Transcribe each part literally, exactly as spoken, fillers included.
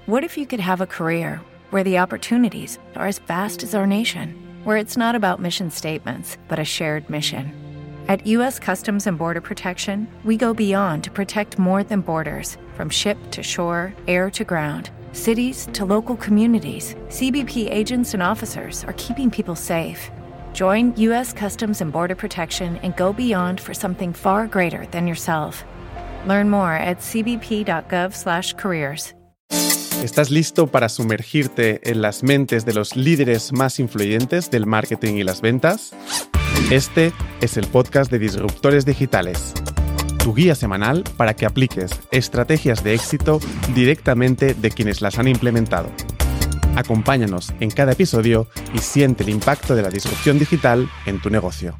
What if you could have a career where the opportunities are as vast as our nation, where it's not about mission statements, but a shared mission? At U S Customs and Border Protection, we go beyond to protect more than borders. From ship to shore, air to ground, cities to local communities, C B P agents and officers are keeping people safe. Join U S Customs and Border Protection and go beyond for something far greater than yourself. Learn more at c b p dot gov slash careers. ¿Estás listo para sumergirte en las mentes de los líderes más influyentes del marketing y las ventas? Este es el podcast de Disruptores Digitales, tu guía semanal para que apliques estrategias de éxito directamente de quienes las han implementado. Acompáñanos en cada episodio y siente el impacto de la disrupción digital en tu negocio.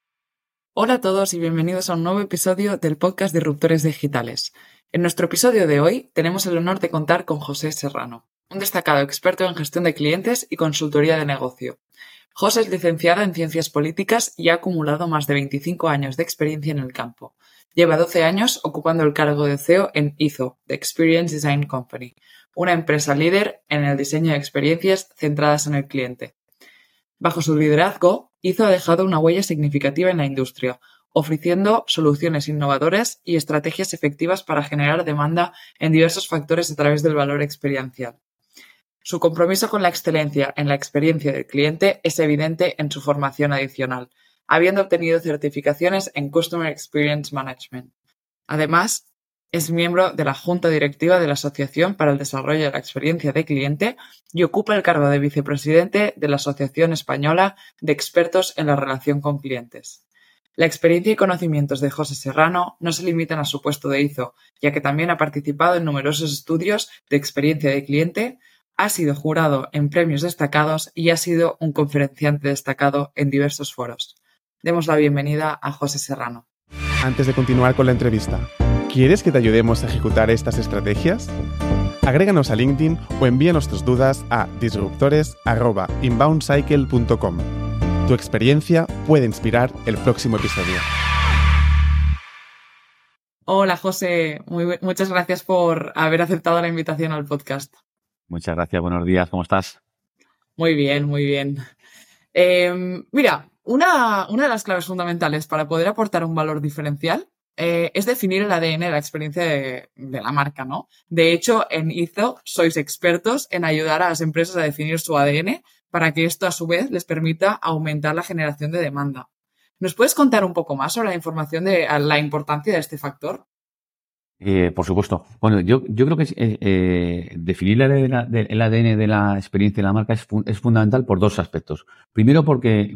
Hola a todos y bienvenidos a un nuevo episodio del podcast Disruptores Digitales. En nuestro episodio de hoy tenemos el honor de contar con José Serrano, un destacado experto en gestión de clientes y consultoría de negocio. José es licenciado en Ciencias Políticas y ha acumulado más de veinticinco años de experiencia en el campo. Lleva doce años ocupando el cargo de C E O en I Z O, The Experience Design Company, una empresa líder en el diseño de experiencias centradas en el cliente. Bajo su liderazgo, I Z O ha dejado una huella significativa en la industria, ofreciendo soluciones innovadoras y estrategias efectivas para generar demanda en diversos factores a través del valor experiencial. Su compromiso con la excelencia en la experiencia del cliente es evidente en su formación adicional, habiendo obtenido certificaciones en Customer Experience Management. Además, es miembro de la Junta Directiva de la Asociación para el Desarrollo de la Experiencia de Cliente y ocupa el cargo de vicepresidente de la Asociación Española de Expertos en la Relación con Clientes. La experiencia y conocimientos de José Serrano no se limitan a su puesto de I Z O, ya que también ha participado en numerosos estudios de experiencia de cliente, ha sido jurado en premios destacados y ha sido un conferenciante destacado en diversos foros. Demos la bienvenida a José Serrano. Antes de continuar con la entrevista, ¿quieres que te ayudemos a ejecutar estas estrategias? Agréganos a LinkedIn o envíanos tus dudas a disruptores arroba inboundcycle punto com. Tu experiencia puede inspirar el próximo episodio. Hola José, muy, muchas gracias por haber aceptado la invitación al podcast. Muchas gracias, buenos días, ¿cómo estás? Muy bien, muy bien. Eh, mira, una, una de las claves fundamentales para poder aportar un valor diferencial eh, es definir el A D N de la experiencia de, de la marca, ¿no? De hecho, en I Z O sois expertos en ayudar a las empresas a definir su A D N para que esto a su vez les permita aumentar la generación de demanda. ¿Nos puedes contar un poco más sobre la información de la importancia de este factor? Eh, por supuesto. Bueno, yo, yo creo que es, eh, eh, definir el A D N, de, el A D N de la experiencia de la marca es, es fundamental por dos aspectos. Primero porque,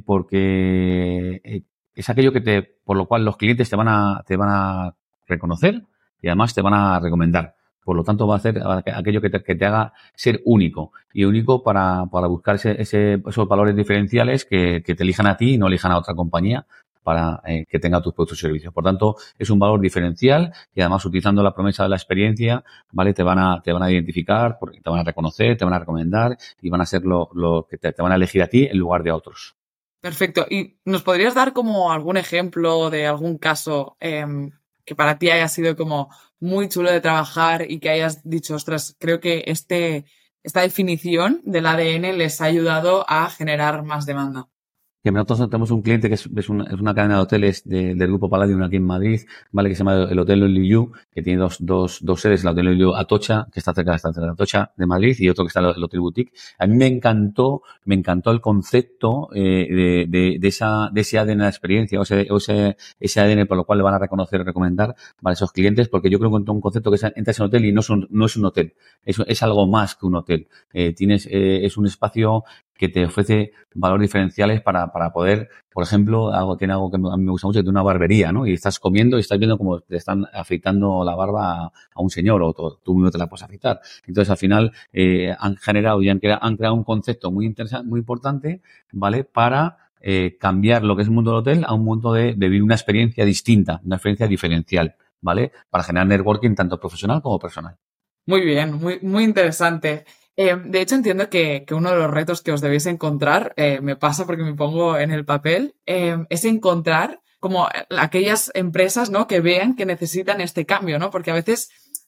porque eh, es aquello que te, por lo cual los clientes te van a, te van a reconocer y además te van a recomendar. Por lo tanto, va a hacer aquello que te, que te haga ser único. Y único para, para buscar ese, ese, esos valores diferenciales que, que te elijan a ti y no elijan a otra compañía para eh, que tenga tus productos y servicios. Por tanto, es un valor diferencial y además utilizando la promesa de la experiencia, ¿vale? Te van a, te van a identificar, porque te van a reconocer, te van a recomendar y van a ser lo, lo que te, te van a elegir a ti en lugar de a otros. Perfecto. ¿Y nos podrías dar como algún ejemplo de algún caso eh, que para ti haya sido como muy chulo de trabajar y que hayas dicho, ostras, creo que este, esta definición del A D N les ha ayudado a generar más demanda? Que nosotros tenemos un cliente que es, es, una, es una cadena de hoteles de, del Grupo Palladium aquí en Madrid, ¿vale? Que se llama el Hotel Only You, que tiene dos, dos, dos sedes, el Hotel Only You Atocha, que está cerca, está cerca de Atocha de Madrid, y otro que está el Hotel Boutique. A mí me encantó, me encantó el concepto eh, de, de, de esa, de ese A D N de la experiencia, o ese, o ese, ese A D N por lo cual le van a reconocer y recomendar, ¿vale? Esos clientes, porque yo creo que es un concepto que es, entras en un hotel y no es un, no es un hotel, es, es algo más que un hotel. Eh, tienes, eh, es un espacio que te ofrece valores diferenciales para, para poder, por ejemplo, algo, tiene algo que a mí me gusta mucho, que tiene una barbería, ¿no? Y estás comiendo y estás viendo cómo te están afeitando la barba a, a un señor o tú, tú mismo te la puedes afeitar. Entonces, al final, eh, han generado y han creado, han creado un concepto muy interesante, muy importante, ¿vale? Para eh, cambiar lo que es el mundo del hotel a un mundo de, de vivir una experiencia distinta, una experiencia diferencial, ¿vale? Para generar networking tanto profesional como personal. Muy bien, muy, muy interesante. Eh, de hecho, entiendo que, que uno de los retos que os debéis encontrar, eh, me pasa porque me pongo en el papel, eh, es encontrar como aquellas empresas, ¿no? Que vean que necesitan este cambio, ¿no? Porque a veces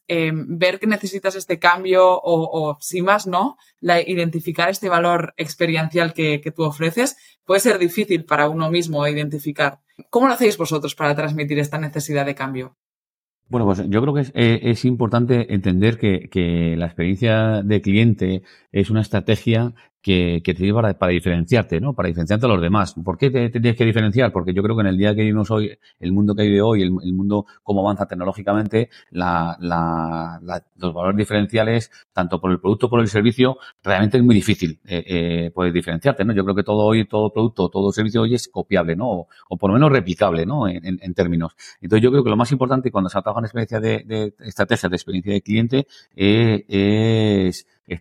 eh, ver que necesitas este cambio o, o si más no, la, identificar este valor experiencial que, que tú ofreces puede ser difícil para uno mismo identificar. ¿Cómo lo hacéis vosotros para transmitir esta necesidad de cambio? Bueno, pues yo creo que es, eh, es importante entender que, que la experiencia de cliente es una estrategia que, que te sirve para, para diferenciarte, ¿no? Para diferenciarte a los demás. ¿Por qué te, te tienes que diferenciar? Porque yo creo que en el día que vivimos hoy, el mundo que vive hoy, el, el mundo cómo avanza tecnológicamente, la, la, la, los valores diferenciales, tanto por el producto como por el servicio, realmente es muy difícil eh, eh, poder diferenciarte, ¿no? Yo creo que todo hoy, todo producto, todo servicio hoy es copiable, ¿no? O, o por lo menos replicable, ¿no? En, en, en términos. Entonces yo creo que lo más importante cuando se trabaja en experiencia de, de estrategias de experiencia de cliente eh, es, es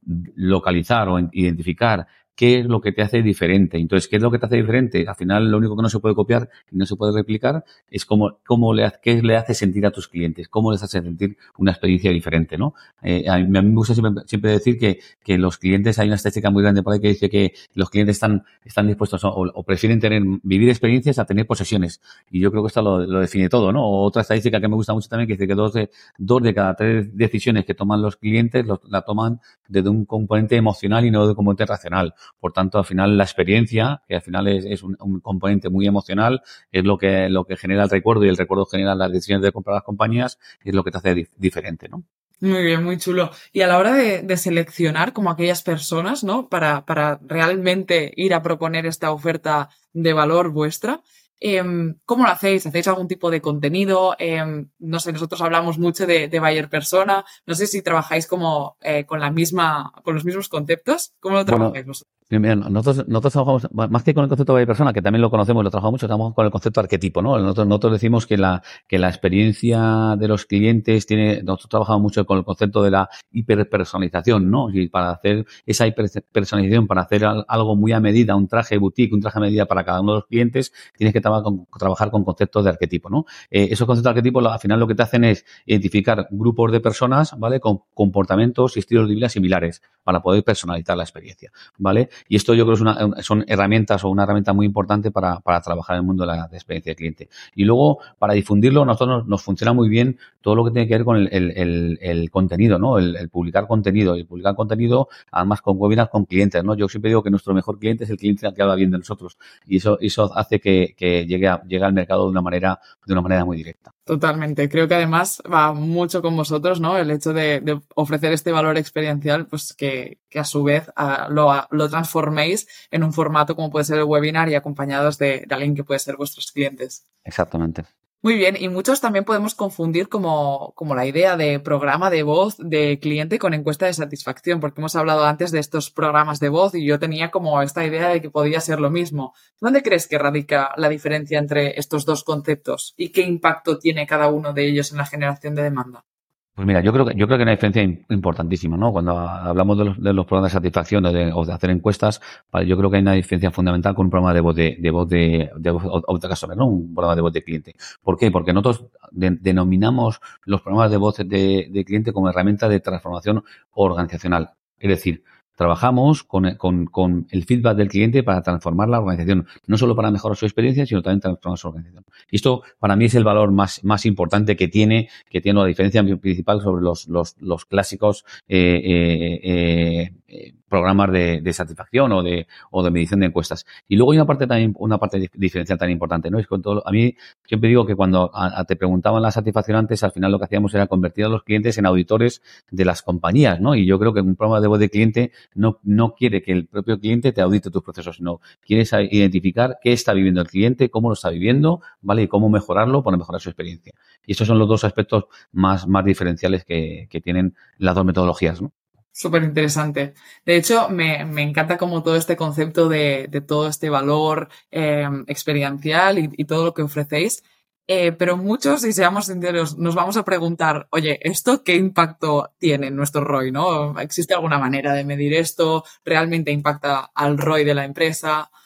localizar o identificar qué es lo que te hace diferente. Entonces, ¿qué es lo que te hace diferente? Al final, lo único que no se puede copiar y no se puede replicar es cómo, cómo le, qué le hace sentir a tus clientes, cómo les hace sentir una experiencia diferente, ¿no? Eh, a, mí, a mí me gusta siempre, siempre decir que, que los clientes, hay una estadística muy grande por ahí que dice que los clientes están, están dispuestos o, o prefieren tener, vivir experiencias a tener posesiones. Y yo creo que esto lo, lo define todo, ¿no? Otra estadística que me gusta mucho también que dice que dos de, dos de cada tres decisiones que toman los clientes los, la toman desde un componente emocional y no de un componente racional. Por tanto, al final la experiencia, que al final es, es un, un componente muy emocional, es lo que, lo que genera el recuerdo y el recuerdo genera las decisiones de comprar las compañías, y es lo que te hace dif- diferente, ¿no? Muy bien, muy chulo. Y a la hora de, de seleccionar como aquellas personas, ¿no? Para, para realmente ir a proponer esta oferta de valor vuestra, eh, ¿cómo lo hacéis? ¿Hacéis algún tipo de contenido? Eh, no sé, nosotros hablamos mucho de, de buyer persona. No sé si trabajáis como eh, con la misma, con los mismos conceptos. ¿Cómo lo trabajáis Bueno, vosotros? Mira, nosotros, nosotros trabajamos, más que con el concepto de persona, que también lo conocemos, lo trabajamos mucho, trabajamos con el concepto de arquetipo, ¿no? Nosotros, nosotros decimos que la, que la experiencia de los clientes tiene, nosotros trabajamos mucho con el concepto de la hiperpersonalización, ¿no? Y para hacer esa hiperpersonalización, para hacer algo muy a medida, un traje boutique, un traje a medida para cada uno de los clientes, tienes que trabajar con, trabajar con conceptos de arquetipo, ¿no? Eh, esos conceptos de arquetipo, al final lo que te hacen es identificar grupos de personas, ¿vale? Con comportamientos y estilos de vida similares para poder personalizar la experiencia, ¿vale? Y esto yo creo que es una, son herramientas o una herramienta muy importante para, para trabajar en el mundo de la de experiencia de cliente. Y luego, para difundirlo, a nosotros nos, nos funciona muy bien todo lo que tiene que ver con el, el, el, el contenido, ¿no? El, el publicar contenido. Y publicar contenido, además, con webinars con clientes, ¿no? Yo siempre digo que nuestro mejor cliente es el cliente que habla bien de nosotros. Y eso, eso hace que, que llegue, a, llegue al mercado de una manera, de una manera muy directa. Totalmente. Creo que además va mucho con vosotros, ¿no? El hecho de, de ofrecer este valor experiencial, pues que, que a su vez a, lo, a, lo transforméis en un formato como puede ser el webinar y acompañados de, de alguien que puede ser vuestros clientes. Exactamente. Muy bien, y muchos también podemos confundir como, como la idea de programa de voz de cliente con encuesta de satisfacción, porque hemos hablado antes de estos programas de voz y yo tenía como esta idea de que podía ser lo mismo. ¿Dónde crees que radica la diferencia entre estos dos conceptos y qué impacto tiene cada uno de ellos en la generación de demanda? Pues mira, yo creo que yo creo que hay una diferencia importantísima, ¿no? Cuando hablamos de los, de los programas de satisfacción o de, o de hacer encuestas, vale, yo creo que hay una diferencia fundamental con un programa de voz de, de voz de, de voz of the customer, ¿no? Un programa de voz de cliente. ¿Por qué? Porque nosotros de, denominamos los programas de voz de, de cliente como herramienta de transformación organizacional. Es decir, trabajamos con, con, con el feedback del cliente para transformar la organización, no solo para mejorar su experiencia, sino también transformar su organización. Y esto, para mí, es el valor más, más importante que tiene, que tiene la diferencia principal sobre los, los, los clásicos eh, eh, eh, eh, programas de, de satisfacción o de, o de medición de encuestas. Y luego hay una parte también, una parte diferencial tan importante, ¿no? Es con todo, a mí siempre digo que cuando a, a te preguntaban la satisfacción antes, al final lo que hacíamos era convertir a los clientes en auditores de las compañías, ¿no? Y yo creo que un programa de voz de cliente no, no quiere que el propio cliente te audite tus procesos, sino quieres identificar qué está viviendo el cliente, cómo lo está viviendo, ¿vale? Y cómo mejorarlo para mejorar su experiencia. Y estos son los dos aspectos más, más diferenciales que, que tienen las dos metodologías, ¿no? Súper interesante. De hecho, me, me encanta como todo este concepto de, de todo este valor eh, experiencial y, y todo lo que ofrecéis. Eh, pero muchos, si seamos sinceros, nos vamos a preguntar, oye, ¿esto qué impacto tiene en nuestro R O I, no? ¿Existe alguna manera de medir esto? ¿Realmente impacta al R O I de la empresa?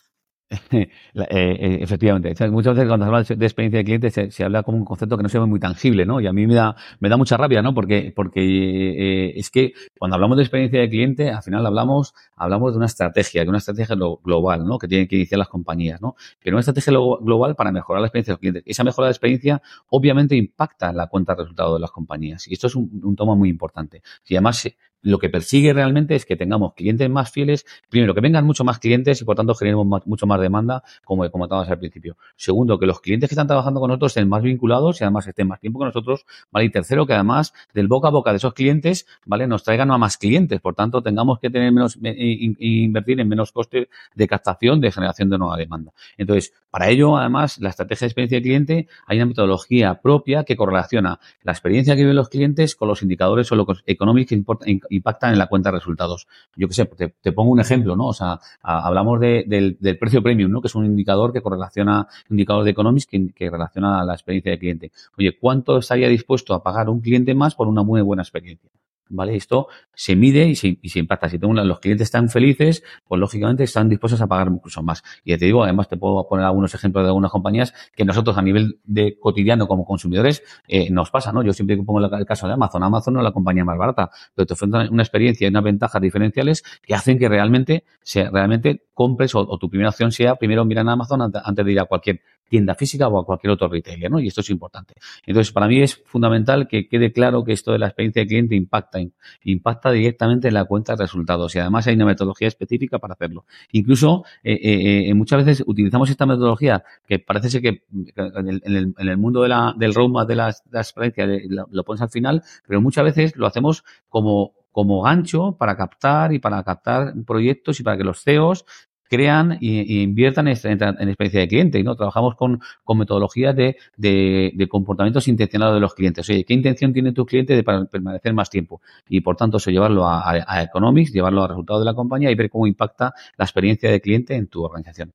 La- eh, eh, efectivamente. O sea, muchas veces cuando se habla de experiencia de cliente se, se habla como un concepto que no se ve muy tangible, ¿no? Y a mí me da, me da mucha rabia, ¿no? Porque, porque eh, es que cuando hablamos de experiencia de cliente, al final hablamos, hablamos de una estrategia, de una estrategia glo- global, ¿no? Que tienen que iniciar las compañías, ¿no? Pero una estrategia glo- global para mejorar la experiencia de los clientes. Esa mejora de experiencia obviamente impacta en la cuenta de resultados de las compañías. Y esto es un, un toma muy importante. Y además, se- lo que persigue realmente es que tengamos clientes más fieles. Primero, que vengan mucho más clientes y por tanto generemos más- mucho más demanda, como comentabas al principio. Segundo, que los clientes que están trabajando con nosotros estén más vinculados y además estén más tiempo con nosotros, ¿vale? Y tercero, que además del boca a boca de esos clientes, ¿vale? Nos traigan a más clientes. Por tanto, tengamos que tener menos, me- in- invertir en menos costes de captación, de generación de nueva demanda. Entonces, para ello, además, la estrategia de experiencia de cliente, hay una metodología propia que correlaciona la experiencia que viven los clientes con los indicadores o los económicos que importa- in- impactan en la cuenta de resultados. Yo qué sé, te, te pongo un ejemplo, ¿no? O sea, a- hablamos de- del, del precio premium, ¿no? Que es un indicador que correlaciona, un indicador de economics que, que relaciona la experiencia de cliente. Oye, ¿cuánto estaría dispuesto a pagar un cliente más por una muy buena experiencia? ¿Vale? Esto se mide y se, y se impacta. Si tengo una- los clientes están felices, pues lógicamente están dispuestos a pagar incluso más. Y ya te digo, además te puedo poner algunos ejemplos de algunas compañías que nosotros a nivel de cotidiano como consumidores eh, nos pasa, ¿no? Yo siempre pongo el caso de Amazon. Amazon no es la compañía más barata, pero te ofrece una experiencia y unas ventajas diferenciales que hacen que realmente, se, realmente compres o, o tu primera opción sea primero mirar en Amazon antes, antes de ir a cualquier tienda física o a cualquier otro retailer, ¿no? Y esto es importante. Entonces, para mí es fundamental que quede claro que esto de la experiencia de cliente impacta, impacta directamente en la cuenta de resultados y además hay una metodología específica para hacerlo. Incluso, eh, eh, eh, muchas veces utilizamos esta metodología que parece ser que en el, en el, en el mundo de la, del roadmap de la, de la experiencia de, lo, lo pones al final, pero muchas veces lo hacemos como como gancho para captar y para captar proyectos y para que los C E Os crean y, y inviertan en, en, en experiencia de cliente, ¿no? Trabajamos con, con metodologías de, de, de comportamientos intencionados de los clientes. Oye, ¿qué intención tiene tu cliente de permanecer más tiempo? Y por tanto, eso llevarlo a, a, a Economics, llevarlo a resultados de la compañía y ver cómo impacta la experiencia de cliente en tu organización.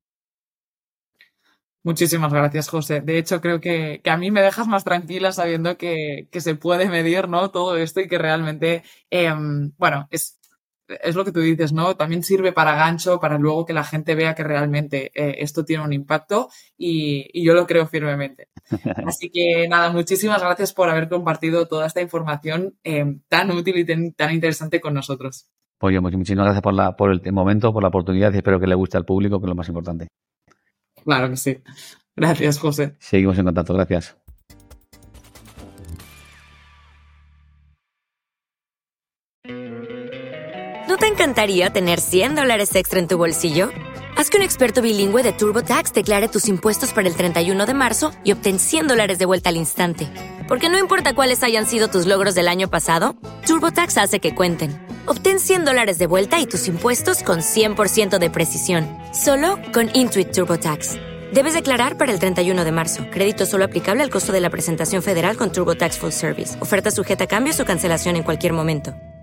Muchísimas gracias, José. De hecho, creo que, que a mí me dejas más tranquila sabiendo que, que se puede medir, ¿no? Todo esto y que realmente, eh, bueno, es, es lo que tú dices, ¿no? También sirve para gancho, para luego que la gente vea que realmente eh, esto tiene un impacto y, y yo lo creo firmemente. Así que nada, muchísimas gracias por haber compartido toda esta información eh, tan útil y tan, tan interesante con nosotros. Pues yo, muchísimas gracias por, la, por el momento, por la oportunidad y espero que le guste al público, que es lo más importante. Claro que sí. Gracias, José. Seguimos en contacto. Gracias. ¿No te encantaría tener cien dólares extra en tu bolsillo? Haz que un experto bilingüe de TurboTax declare tus impuestos para el treinta y uno de marzo y obtén cien dólares de vuelta al instante. Porque no importa cuáles hayan sido tus logros del año pasado, TurboTax hace que cuenten. Obtén cien dólares de vuelta y tus impuestos con cien por ciento de precisión. Solo con Intuit TurboTax. Debes declarar para el treinta y uno de marzo. Crédito solo aplicable al costo de la presentación federal con TurboTax Full Service. Oferta sujeta a cambios o cancelación en cualquier momento.